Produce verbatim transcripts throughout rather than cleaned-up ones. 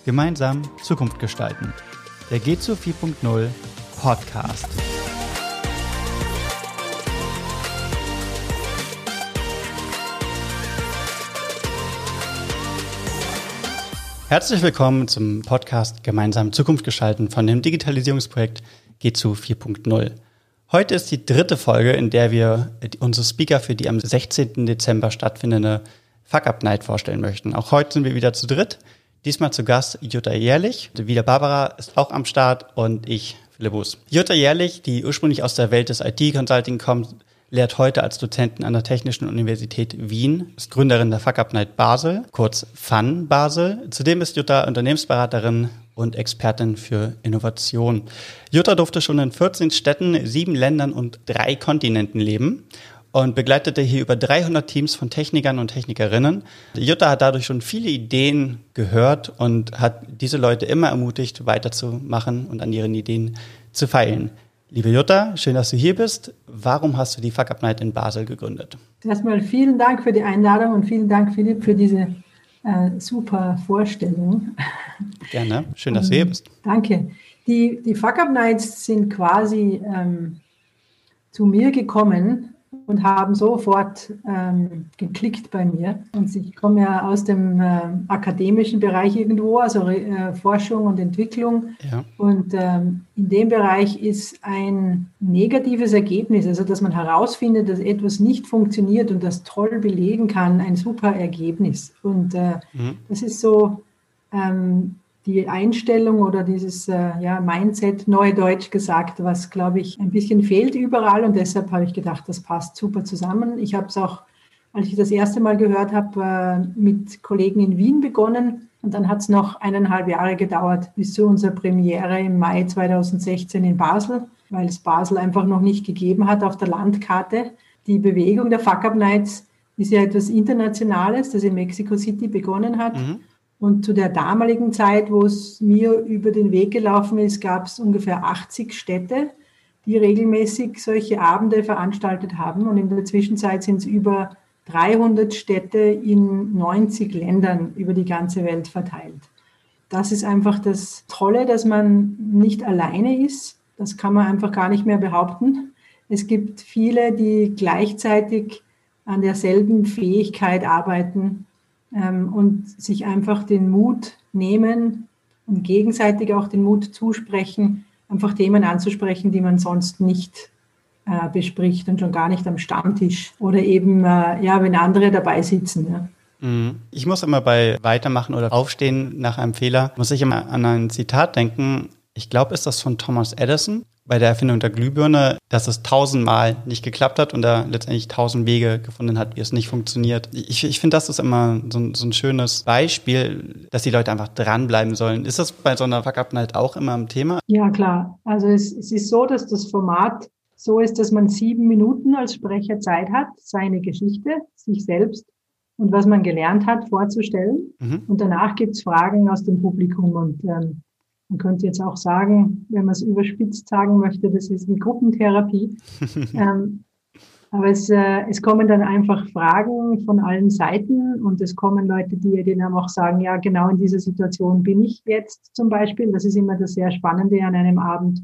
Gemeinsam Zukunft gestalten. Der G Z O vier Punkt null Podcast. Herzlich willkommen zum Podcast Gemeinsam Zukunft gestalten von dem Digitalisierungsprojekt G Z O vier Punkt null. Heute ist die dritte Folge, in der wir unsere Speaker für die am sechzehnten Dezember stattfindende Fuck Up Night vorstellen möchten. Auch heute sind wir wieder zu dritt. Diesmal zu Gast Jutta Jährlich. Wieder Barbara ist auch am Start und ich, Philipp Buß. Jutta Jährlich, die ursprünglich aus der Welt des I T-Consulting kommt, lehrt heute als Dozentin an der Technischen Universität Wien, ist Gründerin der Fuck Up Night Basel, kurz F U N Basel. Zudem ist Jutta Unternehmensberaterin und Expertin für Innovation. Jutta durfte schon in vierzehn Städten, sieben Ländern und drei Kontinenten leben und begleitete hier über dreihundert Teams von Technikern und Technikerinnen. Jutta hat dadurch schon viele Ideen gehört und hat diese Leute immer ermutigt, weiterzumachen und an ihren Ideen zu feilen. Liebe Jutta, schön, dass du hier bist. Warum hast du die Fuck Up Night in Basel gegründet? Erstmal vielen Dank für die Einladung und vielen Dank, Philipp, für diese äh, super Vorstellung. Gerne, schön, dass du hier bist. Danke. Die, die Fuck Up Nights sind quasi ähm, zu mir gekommen und haben sofort ähm, geklickt bei mir. Und ich komme ja aus dem äh, akademischen Bereich irgendwo, also äh, Forschung und Entwicklung. Ja. Und ähm, in dem Bereich ist ein negatives Ergebnis, also dass man herausfindet, dass etwas nicht funktioniert und das toll belegen kann, ein super Ergebnis. Und äh, mhm. das ist so ähm, die Einstellung oder dieses äh, ja, Mindset, Neudeutsch gesagt, was, glaube ich, ein bisschen fehlt überall. Und deshalb habe ich gedacht, das passt super zusammen. Ich habe es auch, als ich das erste Mal gehört habe, äh, mit Kollegen in Wien begonnen. Und dann hat es noch eineinhalb Jahre gedauert bis zu unserer Premiere im Mai zweitausendsechzehn in Basel, weil es Basel einfach noch nicht gegeben hat auf der Landkarte. Die Bewegung der Fuck Up Nights ist ja etwas Internationales, das in Mexico City begonnen hat. Mhm. Und zu der damaligen Zeit, wo es mir über den Weg gelaufen ist, gab es ungefähr achtzig Städte, die regelmäßig solche Abende veranstaltet haben. Und in der Zwischenzeit sind es über dreihundert Städte in neunzig Ländern über die ganze Welt verteilt. Das ist einfach das Tolle, dass man nicht alleine ist. Das kann man einfach gar nicht mehr behaupten. Es gibt viele, die gleichzeitig an derselben Fähigkeit arbeiten, und sich einfach den Mut nehmen und gegenseitig auch den Mut zusprechen, einfach Themen anzusprechen, die man sonst nicht äh, bespricht und schon gar nicht am Stammtisch oder eben, äh, ja, wenn andere dabei sitzen. Ja. Ich muss immer bei Weitermachen oder Aufstehen nach einem Fehler, muss ich immer an ein Zitat denken. Ich glaube, ist das von Thomas Edison bei der Erfindung der Glühbirne, dass es tausendmal nicht geklappt hat und er letztendlich tausend Wege gefunden hat, wie es nicht funktioniert. Ich, ich finde, das ist immer so, so ein schönes Beispiel, dass die Leute einfach dranbleiben sollen. Ist das bei so einer Fuck Up Night auch immer ein Thema? Ja, klar. Also es, es ist so, dass das Format so ist, dass man sieben Minuten als Sprecher Zeit hat, seine Geschichte, sich selbst und was man gelernt hat, vorzustellen. Mhm. Und danach gibt's Fragen aus dem Publikum und ähm, man könnte jetzt auch sagen, wenn man es überspitzt sagen möchte, das ist wie Gruppentherapie. ähm, aber es, äh, es kommen dann einfach Fragen von allen Seiten und es kommen Leute, die denen auch sagen, ja, genau in dieser Situation bin ich jetzt zum Beispiel. Das ist immer das sehr Spannende an einem Abend,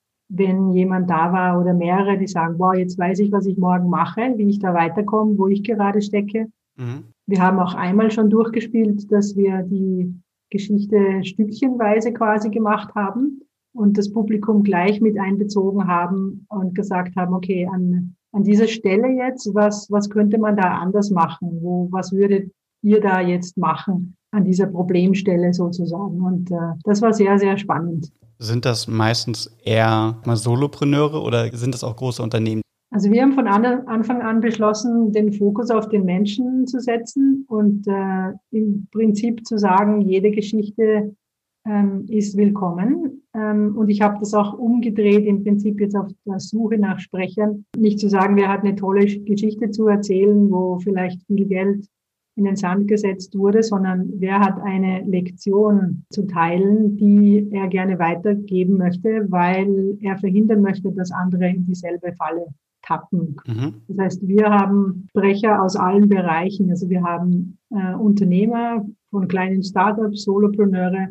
wenn jemand da war oder mehrere, die sagen, wow, jetzt weiß ich, was ich morgen mache, wie ich da weiterkomme, wo ich gerade stecke. Mhm. Wir haben auch einmal schon durchgespielt, dass wir die Geschichte stückchenweise quasi gemacht haben und das Publikum gleich mit einbezogen haben und gesagt haben, okay, an, an dieser Stelle jetzt, was, was könnte man da anders machen? Wo, was würdet ihr da jetzt machen an dieser Problemstelle sozusagen? Und äh, das war sehr, sehr spannend. Sind das meistens eher mal Solopreneure oder sind das auch große Unternehmen? Also wir haben von Anfang an beschlossen, den Fokus auf den Menschen zu setzen und äh, im Prinzip zu sagen, jede Geschichte ähm, ist willkommen. Ähm, und ich habe das auch umgedreht, im Prinzip jetzt auf der Suche nach Sprechern. Nicht zu sagen, wer hat eine tolle Geschichte zu erzählen, wo vielleicht viel Geld in den Sand gesetzt wurde, sondern wer hat eine Lektion zu teilen, die er gerne weitergeben möchte, weil er verhindern möchte, dass andere in dieselbe Falle tappen. Mhm. Das heißt, wir haben Sprecher aus allen Bereichen. Also wir haben äh, Unternehmer von kleinen Startups, Solopreneure,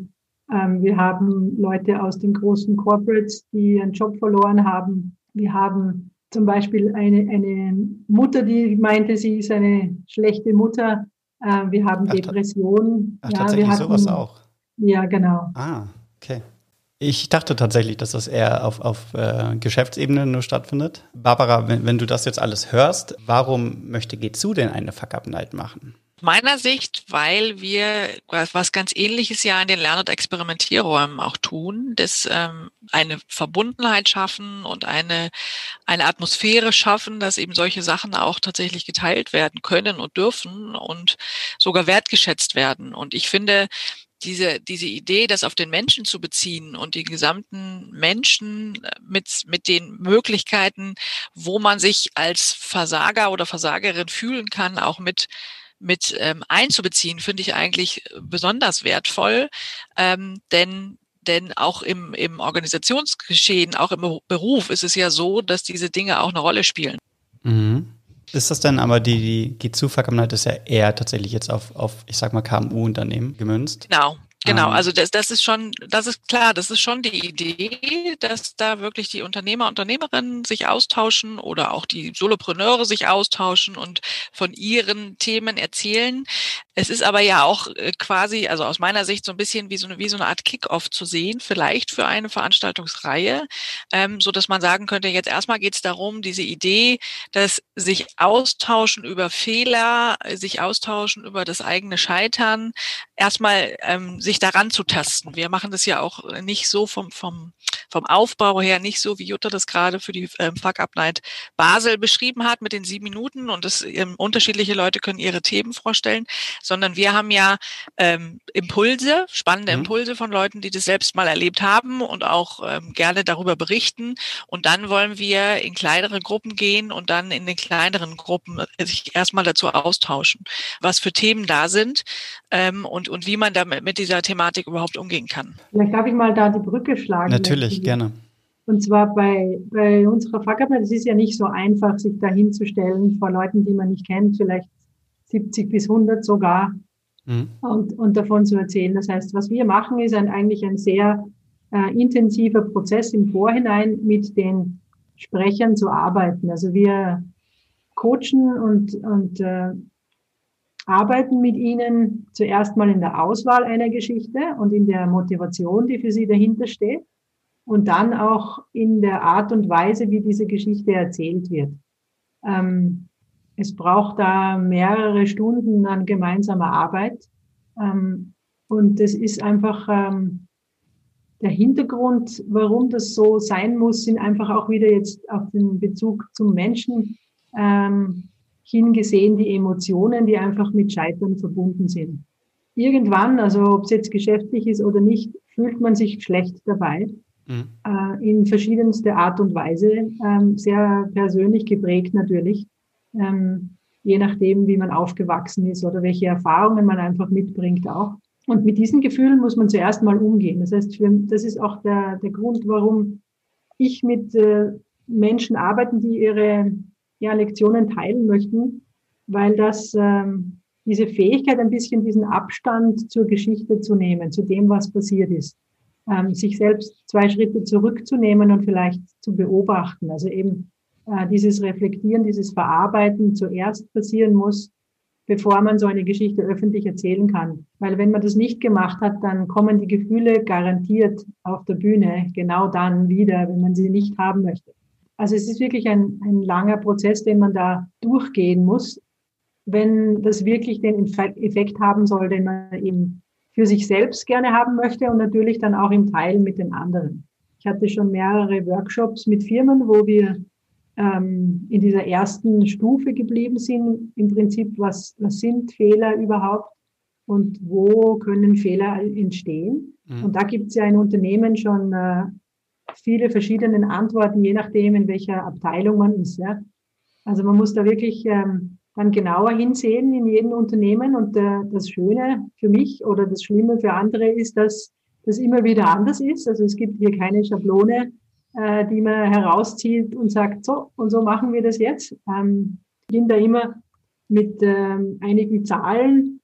Ähm, wir haben Leute aus den großen Corporates, die ihren Job verloren haben. Wir haben zum Beispiel eine, eine Mutter, die meinte, sie ist eine schlechte Mutter. Äh, wir haben Ach, ta- Depressionen. ach, Ja, wir tatsächlich sowas hatten, auch. ja, genau. Ah, okay. Ich dachte tatsächlich, dass das eher auf, auf äh, Geschäftsebene nur stattfindet. Barbara, wenn, wenn du das jetzt alles hörst, warum möchte G zwei denn eine Fuck-Up-Night machen? Meiner Sicht, weil wir was ganz Ähnliches ja in den Lern- und Experimentierräumen auch tun, dass ähm, eine Verbundenheit schaffen und eine eine Atmosphäre schaffen, dass eben solche Sachen auch tatsächlich geteilt werden können und dürfen und sogar wertgeschätzt werden. Und ich finde, diese diese Idee, das auf den Menschen zu beziehen und die gesamten Menschen mit mit den Möglichkeiten, wo man sich als Versager oder Versagerin fühlen kann, auch mit mit ähm, einzubeziehen, finde ich eigentlich besonders wertvoll, ähm, denn denn auch im im Organisationsgeschehen, auch im Beruf ist es ja so, dass diese Dinge auch eine Rolle spielen. Mhm. Ist das denn aber die, die G zwei Fuck-Up-Night ist ja eher tatsächlich jetzt auf, auf ich sag mal, K M U-Unternehmen gemünzt. Genau. Genau, Ähm, also das, das ist schon, das ist klar, das ist schon die Idee, dass da wirklich die Unternehmer, Unternehmerinnen sich austauschen oder auch die Solopreneure sich austauschen und von ihren Themen erzählen. Es ist aber ja auch äh, quasi, also aus meiner Sicht so ein bisschen wie so eine, wie so eine Art Kick-off zu sehen, vielleicht für eine Veranstaltungsreihe, ähm, so dass man sagen könnte, jetzt erstmal geht es darum, diese Idee, dass sich austauschen über Fehler, sich austauschen über das eigene Scheitern, erstmal ähm, sich daran zu tasten. Wir machen das ja auch nicht so vom, vom, vom Aufbau her, nicht so, wie Jutta das gerade für die ähm, Fuck-Up-Night Basel beschrieben hat mit den sieben Minuten und das, ähm, unterschiedliche Leute können ihre Themen vorstellen, sondern wir haben ja ähm, Impulse, spannende mhm. Impulse von Leuten, die das selbst mal erlebt haben und auch ähm, gerne darüber berichten. Und dann wollen wir in kleinere Gruppen gehen und dann in den kleineren Gruppen sich erstmal dazu austauschen, was für Themen da sind ähm, und, und wie man damit mit dieser Thematik überhaupt umgehen kann. Vielleicht darf ich mal da die Brücke schlagen. Natürlich, gerne. Und zwar bei, bei unserer Fuck-Up-Night, es ist ja nicht so einfach, sich da hinzustellen vor Leuten, die man nicht kennt, vielleicht siebzig bis hundert sogar, Mhm. und, und davon zu erzählen. Das heißt, was wir machen, ist ein, eigentlich ein sehr äh, intensiver Prozess im Vorhinein mit den Sprechern zu arbeiten. Also wir coachen und, und äh, arbeiten mit ihnen zuerst mal in der Auswahl einer Geschichte und in der Motivation, die für sie dahinter steht, und dann auch in der Art und Weise, wie diese Geschichte erzählt wird. Ähm, es braucht da mehrere Stunden an gemeinsamer Arbeit. Ähm, und das ist einfach ähm, der Hintergrund, warum das so sein muss, sind einfach auch wieder jetzt auf den Bezug zum Menschen ähm, hingesehen, die Emotionen, die einfach mit Scheitern verbunden sind. Irgendwann, also ob es jetzt geschäftlich ist oder nicht, fühlt man sich schlecht dabei. Mhm. Äh, in verschiedenster Art und Weise, ähm, sehr persönlich geprägt natürlich, ähm, je nachdem, wie man aufgewachsen ist oder welche Erfahrungen man einfach mitbringt auch. Und mit diesen Gefühlen muss man zuerst mal umgehen. Das heißt, für, das ist auch der, der Grund, warum ich mit äh, Menschen arbeite, die ihre ja, Lektionen teilen möchten, weil das ähm, diese Fähigkeit, ein bisschen diesen Abstand zur Geschichte zu nehmen, zu dem, was passiert ist, ähm, sich selbst zwei Schritte zurückzunehmen und vielleicht zu beobachten. Also eben äh, dieses Reflektieren, dieses Verarbeiten zuerst passieren muss, bevor man so eine Geschichte öffentlich erzählen kann. Weil wenn man das nicht gemacht hat, dann kommen die Gefühle garantiert auf der Bühne genau dann wieder, wenn man sie nicht haben möchte. Also es ist wirklich ein, ein langer Prozess, den man da durchgehen muss, wenn das wirklich den Effekt haben soll, den man eben für sich selbst gerne haben möchte und natürlich dann auch im Teil mit den anderen. Ich hatte schon mehrere Workshops mit Firmen, wo wir ähm, in dieser ersten Stufe geblieben sind. Im Prinzip, was, was sind Fehler überhaupt und wo können Fehler entstehen? Mhm. Und da gibt es ja in Unternehmen schon äh, viele verschiedene Antworten, je nachdem, in welcher Abteilung man ist. Ja? Also man muss da wirklich ähm, dann genauer hinsehen in jedem Unternehmen. Und äh, das Schöne für mich oder das Schlimme für andere ist, dass das immer wieder anders ist. Also es gibt hier keine Schablone, äh, die man herauszieht und sagt, so, und so machen wir das jetzt. Ähm, ich bin da immer mit ähm, einigen Zahlen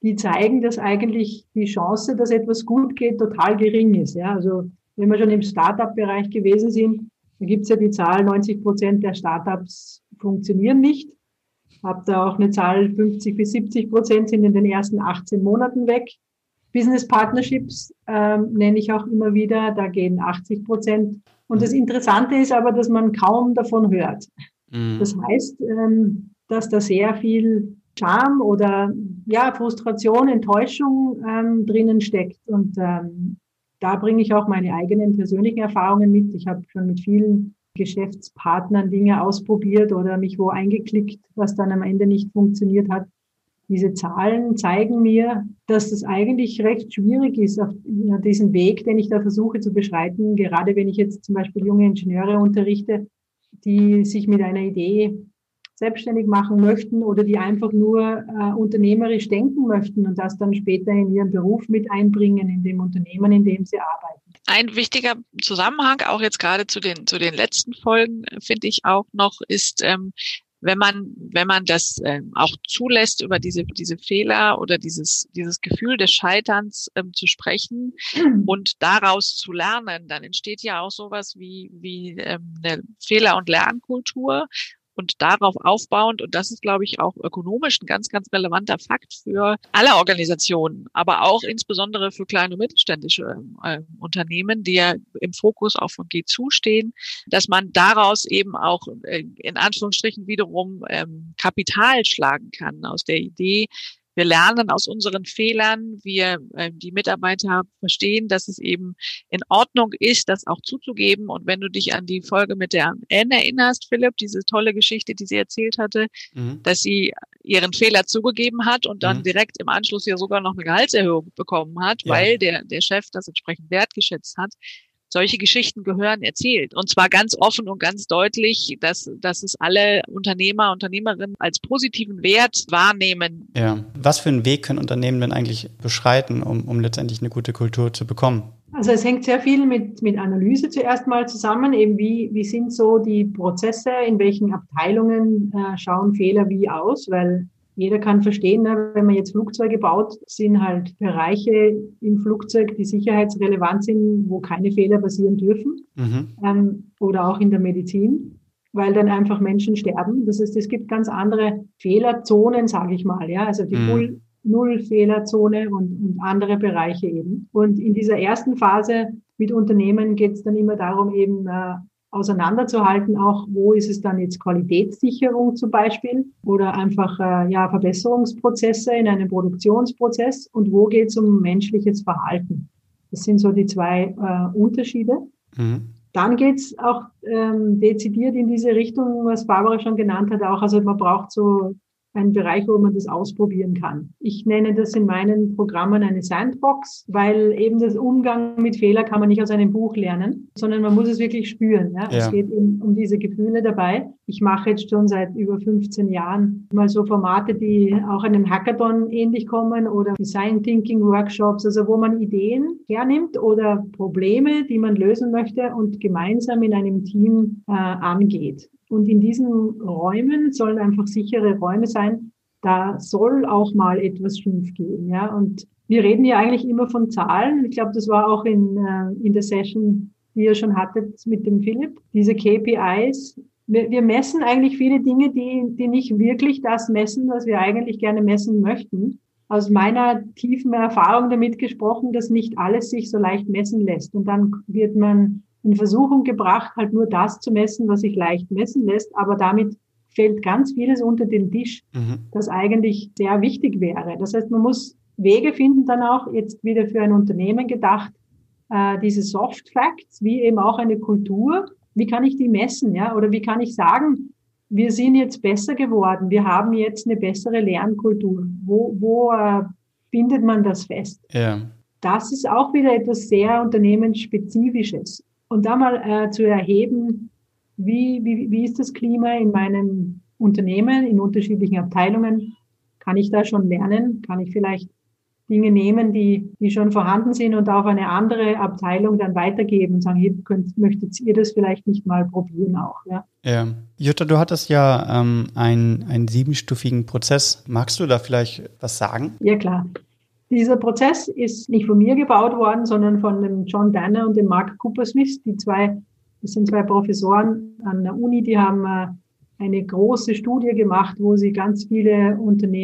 die zeigen, dass eigentlich die Chance, dass etwas gut geht, total gering ist. Ja, also wenn wir schon im Startup-Bereich gewesen sind, da gibt es ja die Zahl, neunzig Prozent der Startups funktionieren nicht. Hab da auch eine Zahl, fünfzig bis siebzig Prozent sind in den ersten achtzehn Monaten weg. Business Partnerships ähm, nenne ich auch immer wieder, da gehen achtzig Prozent. Und das Interessante ist aber, dass man kaum davon hört. Mhm. Das heißt, ähm, dass da sehr viel Scham oder ja Frustration, Enttäuschung ähm, drinnen steckt. Und ähm, da bringe ich auch meine eigenen persönlichen Erfahrungen mit. Ich habe schon mit vielen Geschäftspartnern Dinge ausprobiert oder mich wo eingeklickt, was dann am Ende nicht funktioniert hat. Diese Zahlen zeigen mir, dass es eigentlich recht schwierig ist, auf diesen Weg, den ich da versuche zu beschreiten, gerade wenn ich jetzt zum Beispiel junge Ingenieure unterrichte, die sich mit einer Idee selbstständig machen möchten oder die einfach nur äh, unternehmerisch denken möchten und das dann später in ihren Beruf mit einbringen, in dem Unternehmen, in dem sie arbeiten. Ein wichtiger Zusammenhang, auch jetzt gerade zu den zu den letzten Folgen, finde ich auch noch, ist, ähm, wenn man wenn man das ähm, auch zulässt, über diese diese Fehler oder dieses dieses Gefühl des Scheiterns ähm, zu sprechen mhm. und daraus zu lernen, dann entsteht ja auch sowas wie wie ähm, eine Fehler- und Lernkultur. Und darauf aufbauend, und das ist, glaube ich, auch ökonomisch ein ganz, ganz relevanter Fakt für alle Organisationen, aber auch insbesondere für kleine und mittelständische äh, Unternehmen, die ja im Fokus auch von G zwei stehen, dass man daraus eben auch äh, in Anführungsstrichen wiederum ähm, Kapital schlagen kann aus der Idee. Wir lernen aus unseren Fehlern, wir, äh, die Mitarbeiter verstehen, dass es eben in Ordnung ist, das auch zuzugeben. Und wenn du dich an die Folge mit der Anne erinnerst, Philipp, diese tolle Geschichte, die sie erzählt hatte, mhm. dass sie ihren Fehler zugegeben hat und dann mhm. direkt im Anschluss ja sogar noch eine Gehaltserhöhung bekommen hat, ja. weil der, der Chef das entsprechend wertgeschätzt hat. Solche Geschichten gehören erzählt. Und zwar ganz offen und ganz deutlich, dass, dass es alle Unternehmer, Unternehmerinnen als positiven Wert wahrnehmen. Ja. Was für einen Weg können Unternehmen denn eigentlich beschreiten, um, um letztendlich eine gute Kultur zu bekommen? Also es hängt sehr viel mit, mit Analyse zuerst mal zusammen. Eben wie, wie sind so die Prozesse, in welchen Abteilungen äh, schauen Fehler wie aus, weil jeder kann verstehen, ne, wenn man jetzt Flugzeuge baut, sind halt Bereiche im Flugzeug, die sicherheitsrelevant sind, wo keine Fehler passieren dürfen. Mhm. Ähm, oder auch in der Medizin, weil dann einfach Menschen sterben. Das heißt, es gibt ganz andere Fehlerzonen, sage ich mal. Ja, also die mhm. Null-Fehlerzone und, und andere Bereiche eben. Und in dieser ersten Phase mit Unternehmen geht es dann immer darum, eben äh, auseinanderzuhalten, auch wo ist es dann jetzt Qualitätssicherung zum Beispiel oder einfach äh, ja Verbesserungsprozesse in einem Produktionsprozess und wo geht es um menschliches Verhalten. Das sind so die zwei äh, Unterschiede. Mhm. Dann geht's auch ähm, dezidiert in diese Richtung, was Barbara schon genannt hat, auch also man braucht so einen Bereich, wo man das ausprobieren kann. Ich nenne das in meinen Programmen eine Sandbox, weil eben das Umgang mit Fehler kann man nicht aus einem Buch lernen, sondern man muss es wirklich spüren. Ja? Ja. Es geht eben um diese Gefühle dabei. Ich mache jetzt schon seit über fünfzehn Jahren mal so Formate, die auch einem Hackathon ähnlich kommen oder Design Thinking Workshops, also wo man Ideen hernimmt oder Probleme, die man lösen möchte und gemeinsam in einem Team äh, angeht. Und in diesen Räumen sollen einfach sichere Räume sein. Da soll auch mal etwas schiefgehen, ja. Und wir reden ja eigentlich immer von Zahlen. Ich glaube, das war auch in, äh, in der Session, die ihr schon hattet mit dem Philipp. Diese K P Is. Wir, wir messen eigentlich viele Dinge, die, die nicht wirklich das messen, was wir eigentlich gerne messen möchten. Aus meiner tiefen Erfahrung damit gesprochen, dass nicht alles sich so leicht messen lässt. Und dann wird man in Versuchung gebracht, halt nur das zu messen, was sich leicht messen lässt, aber damit fällt ganz vieles unter den Tisch, mhm. das eigentlich sehr wichtig wäre. Das heißt, man muss Wege finden, dann auch jetzt wieder für ein Unternehmen gedacht, äh, diese Soft Facts, wie eben auch eine Kultur, wie kann ich die messen, ja, oder wie kann ich sagen, wir sind jetzt besser geworden, wir haben jetzt eine bessere Lernkultur. Wo, wo äh, findet man das fest? Ja. Das ist auch wieder etwas sehr Unternehmensspezifisches. Und da mal äh, zu erheben, wie, wie, wie ist das Klima in meinem Unternehmen, in unterschiedlichen Abteilungen? Kann ich da schon lernen? Kann ich vielleicht Dinge nehmen, die, die schon vorhanden sind und auf eine andere Abteilung dann weitergeben und sagen, hey, könnt, möchtet ihr das vielleicht nicht mal probieren auch, ja. Ja. Jutta, du hattest ja ähm, einen, einen siebenstufigen Prozess. Magst du da vielleicht was sagen? Ja, klar. Dieser Prozess ist nicht von mir gebaut worden, sondern von dem John Danner und dem Mark Coopersmith. Die zwei, das sind zwei Professoren an der Uni, die haben äh, eine große Studie gemacht, wo sie ganz viele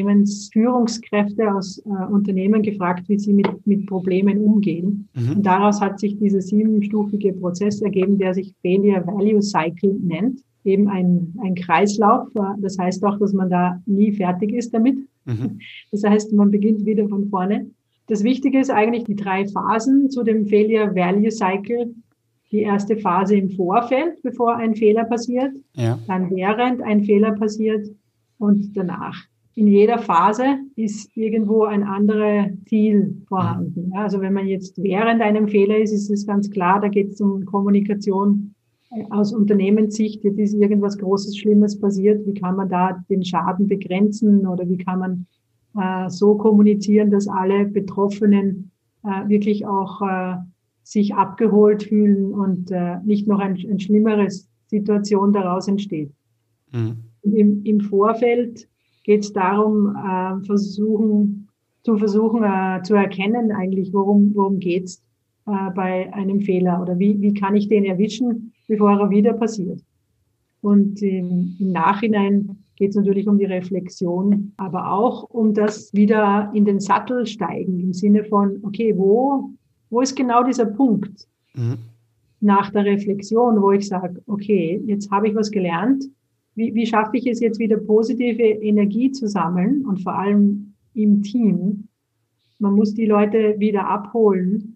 Unternehmensführungskräfte aus äh, Unternehmen gefragt, wie sie mit, mit Problemen umgehen. Mhm. Und daraus hat sich dieser siebenstufige Prozess ergeben, der sich Failure Value Cycle nennt. Eben ein, ein Kreislauf. Das heißt auch, dass man da nie fertig ist damit. Mhm. Das heißt, man beginnt wieder von vorne. Das Wichtige ist eigentlich die drei Phasen zu dem Failure Value Cycle. Die erste Phase im Vorfeld, bevor ein Fehler passiert, ja. Dann während ein Fehler passiert und danach. In jeder Phase ist irgendwo ein anderes Ziel vorhanden. Ja, also wenn man jetzt während einem Fehler ist, ist es ganz klar, da geht es um Kommunikation aus Unternehmenssicht. Jetzt ist irgendwas Großes, Schlimmes passiert. Wie kann man da den Schaden begrenzen oder wie kann man äh, so kommunizieren, dass alle Betroffenen äh, wirklich auch äh, sich abgeholt fühlen und äh, nicht noch ein, ein schlimmeres Situation daraus entsteht. Mhm. Im, Im Vorfeld geht es darum, äh, versuchen, zu versuchen äh, zu erkennen eigentlich, worum, worum geht es äh, bei einem Fehler oder wie, wie kann ich den erwischen, bevor er wieder passiert. Und im, im Nachhinein geht es natürlich um die Reflexion, aber auch um das wieder in den Sattel steigen, im Sinne von, okay, wo, wo ist genau dieser Punkt mhm. nach der Reflexion, wo ich sage, okay, jetzt habe ich was gelernt, wie, wie schaffe ich es jetzt wieder positive Energie zu sammeln und vor allem im Team. Man muss die Leute wieder abholen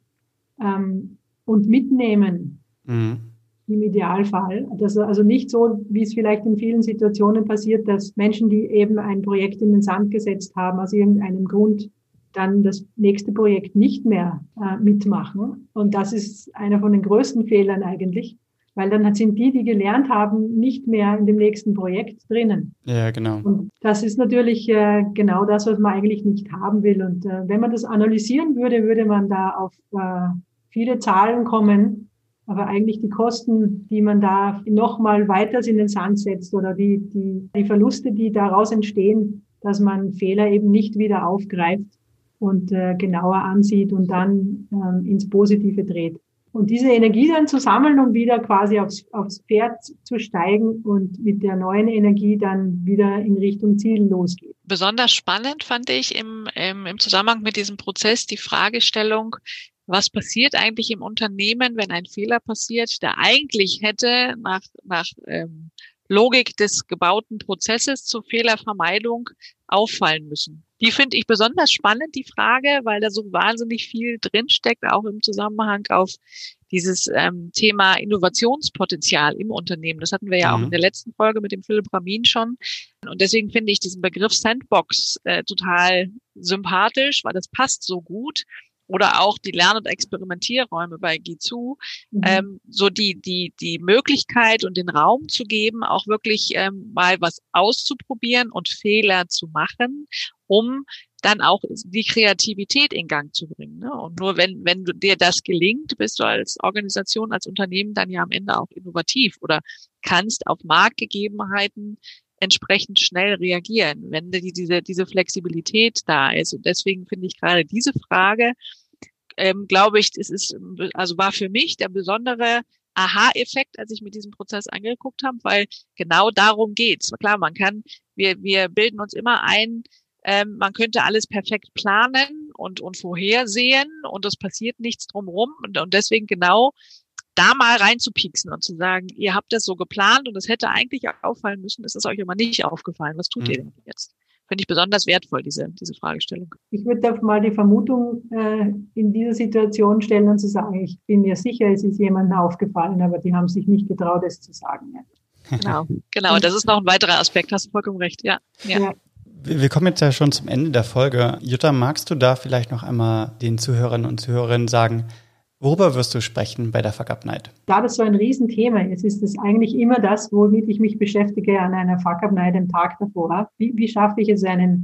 ähm, und mitnehmen. Mhm. Im Idealfall. Das also nicht so, wie es vielleicht in vielen Situationen passiert, dass Menschen, die eben ein Projekt in den Sand gesetzt haben, aus irgendeinem Grund, dann das nächste Projekt nicht mehr äh, mitmachen. Und das ist einer von den größten Fehlern eigentlich, weil dann sind die, die gelernt haben, nicht mehr in dem nächsten Projekt drinnen. Ja, genau. Und das ist natürlich äh, genau das, was man eigentlich nicht haben will. Und äh, wenn man das analysieren würde, würde man da auf äh, viele Zahlen kommen, aber eigentlich die Kosten, die man da nochmal weiter in den Sand setzt oder die, die, die Verluste, die daraus entstehen, dass man Fehler eben nicht wieder aufgreift und äh, genauer ansieht und dann ähm, ins Positive dreht. Und diese Energie dann zu sammeln, um wieder quasi aufs, aufs Pferd zu steigen und mit der neuen Energie dann wieder in Richtung Ziel losgeht. Besonders spannend fand ich im, im, im Zusammenhang mit diesem Prozess die Fragestellung, was passiert eigentlich im Unternehmen, wenn ein Fehler passiert, der eigentlich hätte nach, nach ähm, Logik des gebauten Prozesses zur Fehlervermeidung auffallen müssen. Die finde ich besonders spannend, die Frage, weil da so wahnsinnig viel drinsteckt, auch im Zusammenhang auf dieses ähm, Thema Innovationspotenzial im Unternehmen. Das hatten wir ja mhm. auch in der letzten Folge mit dem Philipp Ramin schon. Und deswegen finde ich diesen Begriff Sandbox äh, total sympathisch, weil das passt so gut. Oder auch die Lern- und Experimentierräume bei Gizu, mhm. ähm, so die die die Möglichkeit und den Raum zu geben, auch wirklich ähm, mal was auszuprobieren und Fehler zu machen, um dann auch die Kreativität in Gang zu bringen. Ne? Und nur wenn wenn dir das gelingt, bist du als Organisation, als Unternehmen dann ja am Ende auch innovativ oder kannst auf Marktgegebenheiten entsprechend schnell reagieren, wenn die, diese diese Flexibilität da ist. Und deswegen finde ich gerade diese Frage, ähm, glaube ich, es ist also war für mich der besondere Aha-Effekt, als ich mit diesem Prozess angeguckt habe, weil genau darum geht's. Klar, man kann, wir wir bilden uns immer ein, ähm, man könnte alles perfekt planen und und vorhersehen und es passiert nichts drumherum und, und deswegen genau da mal reinzupieksen und zu sagen, ihr habt das so geplant und es hätte eigentlich auffallen müssen, ist es euch aber nicht aufgefallen. Was tut mhm. ihr denn jetzt? Finde ich besonders wertvoll, diese diese Fragestellung. Ich würde da mal die Vermutung äh, in dieser Situation stellen und zu sagen, ich bin mir sicher, es ist jemandem aufgefallen, aber die haben sich nicht getraut, es zu sagen. Ja. Genau, genau. Das ist noch ein weiterer Aspekt, hast du vollkommen recht. Ja, ja. ja. Wir kommen jetzt ja schon zum Ende der Folge. Jutta, magst du da vielleicht noch einmal den Zuhörern und Zuhörerinnen sagen, worüber wirst du sprechen bei der Fuck Up Night? Da das so ein Riesenthema ist, ist es eigentlich immer das, womit ich mich beschäftige an einer Fuck Up Night am Tag davor. Wie, wie schaffe ich es, einen,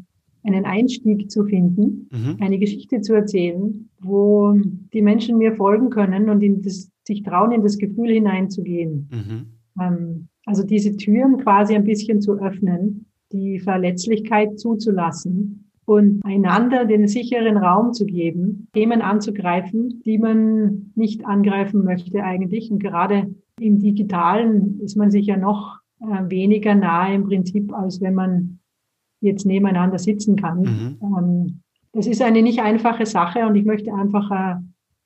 einen Einstieg zu finden, mhm. eine Geschichte zu erzählen, wo die Menschen mir folgen können und in das, sich trauen, in das Gefühl hineinzugehen. Mhm. Ähm, also diese Türen quasi ein bisschen zu öffnen, die Verletzlichkeit zuzulassen und einander den sicheren Raum zu geben, Themen anzugreifen, die man nicht angreifen möchte eigentlich. Und gerade im Digitalen ist man sich ja noch äh, weniger nahe im Prinzip, als wenn man jetzt nebeneinander sitzen kann. Mhm. Ähm, das ist eine nicht einfache Sache und ich möchte einfach äh,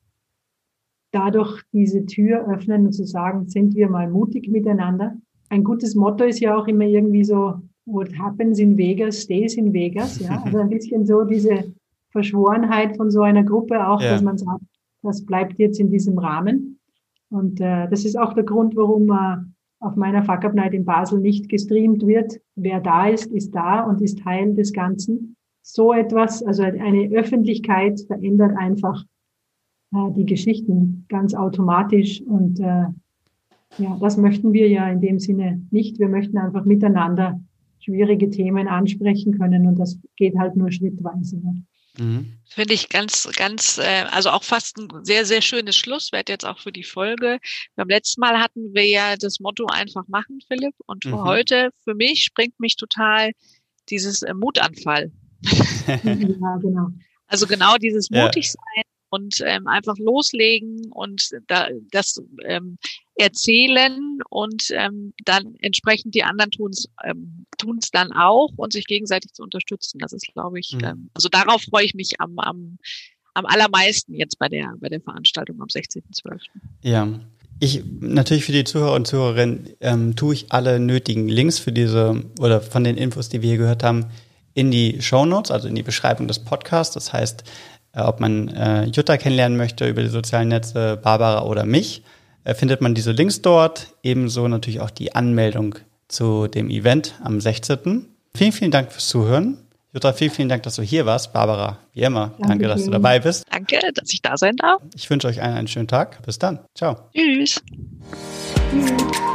dadurch diese Tür öffnen und zu sagen, sind wir mal mutig miteinander. Ein gutes Motto ist ja auch immer irgendwie so, what happens in Vegas, stays in Vegas. Ja? Also ein bisschen so diese Verschworenheit von so einer Gruppe auch, ja. dass man sagt, das bleibt jetzt in diesem Rahmen. Und äh, das ist auch der Grund, warum äh, auf meiner Fuck Up Night in Basel nicht gestreamt wird. Wer da ist, ist da und ist Teil des Ganzen. So etwas, also eine Öffentlichkeit verändert einfach äh, die Geschichten ganz automatisch. Und äh, ja, das möchten wir ja in dem Sinne nicht. Wir möchten einfach miteinander schwierige Themen ansprechen können und das geht halt nur schrittweise. Ne? Mhm. Finde ich ganz, ganz, äh, also auch fast ein sehr, sehr schönes Schlusswort jetzt auch für die Folge. Beim letzten Mal hatten wir ja das Motto einfach machen, Philipp. Und für mhm. heute, für mich, springt mich total dieses äh, Mutanfall. Ja, genau. Also genau dieses mutig sein und ähm, einfach loslegen und da, das ähm, erzählen und ähm, dann entsprechend die anderen tun es ähm, tun es dann auch und sich gegenseitig zu unterstützen. Das ist, glaube ich, mhm. ähm, also darauf freue ich mich am, am, am allermeisten jetzt bei der bei der Veranstaltung am sechzehnten zwölften Ja, ich natürlich für die Zuhörer und Zuhörerinnen ähm, tue ich alle nötigen Links für diese oder von den Infos, die wir hier gehört haben, in die Shownotes, also in die Beschreibung des Podcasts. Das heißt, äh, ob man äh, Jutta kennenlernen möchte über die sozialen Netze, Barbara oder mich, äh, findet man diese Links dort. Ebenso natürlich auch die Anmeldung zu dem Event am sechzehnten Vielen, vielen Dank fürs Zuhören. Jutta, vielen, vielen Dank, dass du hier warst. Barbara, wie immer, danke, danke dass du dabei bist. Danke, dass ich da sein darf. Ich wünsche euch einen, einen schönen Tag. Bis dann. Ciao. Tschüss. Tschüss.